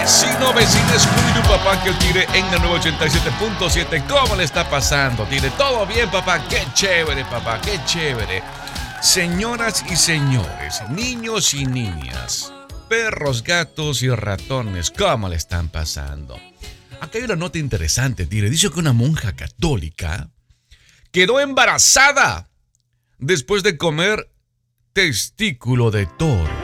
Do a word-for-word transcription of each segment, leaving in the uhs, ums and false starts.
Vecino, vecina, Scooby-Doo, papá, que el Tigre en la nueva ochenta y siete punto siete. ¿Cómo le está pasando, Tigre? ¿Todo bien, papá? ¡Qué chévere, papá! ¡Qué chévere! Señoras y señores, niños y niñas, perros, gatos y ratones, ¿cómo le están pasando? Acá hay una nota interesante, Tigre. Dice que una monja católica quedó embarazada después de comer testículo de toro.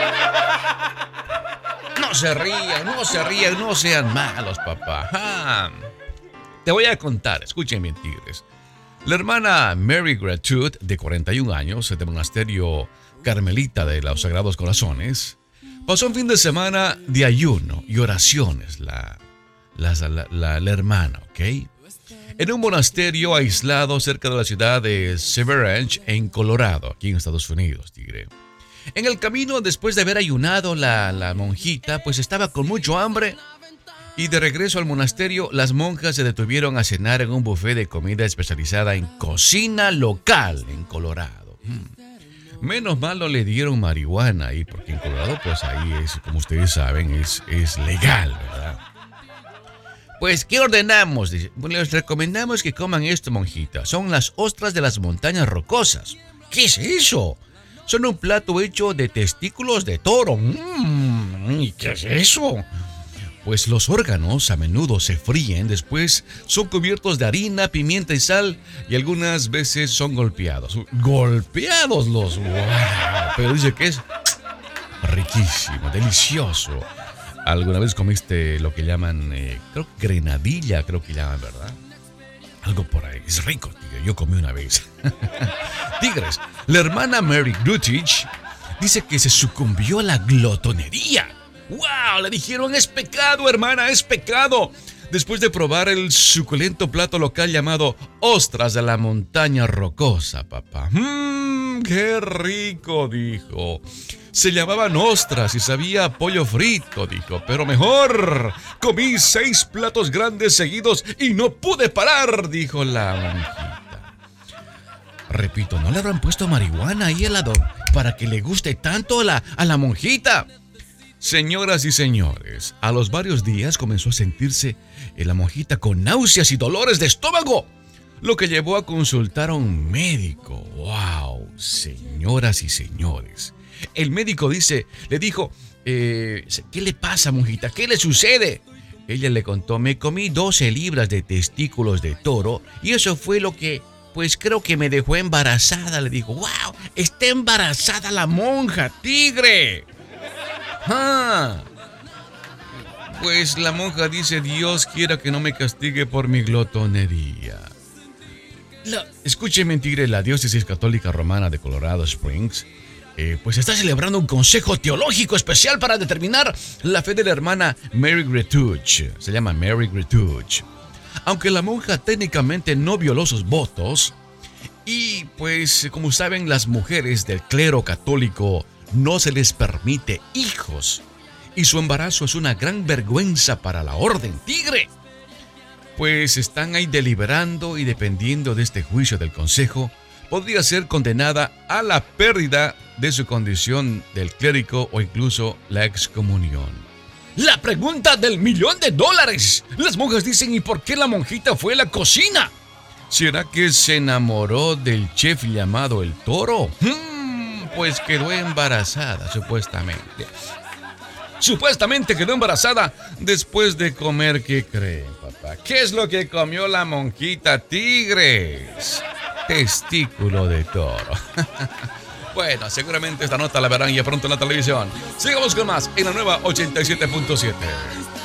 No se rían, no se rían, no sean malos, papá. Ah, te voy a contar, escuchen bien, tigres. La hermana Mary Gratude, de cuarenta y un años, del monasterio carmelita de los Sagrados Corazones, pasó un fin de semana de ayuno y oraciones, la, la, la, la, la hermana, ¿ok? En un monasterio aislado cerca de la ciudad de Severance, en Colorado, aquí en Estados Unidos, tigre. En el camino, después de haber ayunado, la, la monjita pues estaba con mucho hambre, y de regreso al monasterio, las monjas se detuvieron a cenar en un buffet de comida especializada en cocina local en Colorado. Hmm. Menos mal no le dieron marihuana ahí, porque en Colorado pues ahí es, como ustedes saben, es, es legal, ¿verdad? Pues, ¿qué ordenamos? Dice, pues, les recomendamos que coman esto, monjita. Son las ostras de las montañas rocosas. ¿Qué es eso? Son un plato hecho de testículos de toro. Mm, ¿Y qué es eso? Pues los órganos a menudo se fríen, después son cubiertos de harina, pimienta y sal, y algunas veces son golpeados. ¡Golpeados los! ¡Wow! Pero dice que es riquísimo, delicioso. ¿Alguna vez comiste lo que llaman, eh, creo, grenadilla, creo que llaman, ¿verdad? Algo por ahí. Es rico, tigre. Yo comí una vez. Tigres, la hermana Mary Grutich dice que se sucumbió a la glotonería. ¡Wow! Le dijeron, es pecado, hermana, es pecado. Después de probar el suculento plato local llamado ostras de la montaña rocosa, papá. ¡Mmm! ¡Qué rico!, dijo. Se llamaban ostras y sabía a pollo frito, dijo. Pero mejor, comí seis platos grandes seguidos y no pude parar, dijo la monjita. Repito, ¿no le habrán puesto marihuana ahí al lado para que le guste tanto a la, a la monjita? Señoras y señores, a los varios días comenzó a sentirse la monjita con náuseas y dolores de estómago, lo que llevó a consultar a un médico. ¡Wow! Señoras y señores. El médico dice, le dijo, eh, ¿qué le pasa, monjita? ¿Qué le sucede? Ella le contó, me comí doce libras de testículos de toro y eso fue lo que, pues creo que me dejó embarazada. Le dijo, ¡wow! Está embarazada la monja, tigre. Ah. Pues la monja dice, Dios quiera que no me castigue por mi glotonería. La, escúcheme, tigre, la diócesis católica romana de Colorado Springs Eh, pues está celebrando un consejo teológico especial para determinar la fe de la hermana Mary Gratuch. Se llama Mary Gratuch. Aunque la monja técnicamente no violó sus votos, y pues como saben, las mujeres del clero católico no se les permite hijos, y su embarazo es una gran vergüenza para la orden, tigre. Pues están ahí deliberando y dependiendo de este juicio del consejo, podría ser condenada a la pérdida de su condición del clérigo o incluso la excomunión. La pregunta del millón de dólares. Las monjas dicen, ¿y por qué la monjita fue a la cocina? ¿Será que se enamoró del chef llamado el Toro? Hmm, pues quedó embarazada, supuestamente. Supuestamente quedó embarazada después de comer, ¿qué creen, papá? ¿Qué es lo que comió la monjita, tigres? Testículo de toro. Bueno, seguramente esta nota la verán ya pronto en la televisión. Sigamos con más en la nueva ochenta y siete punto siete.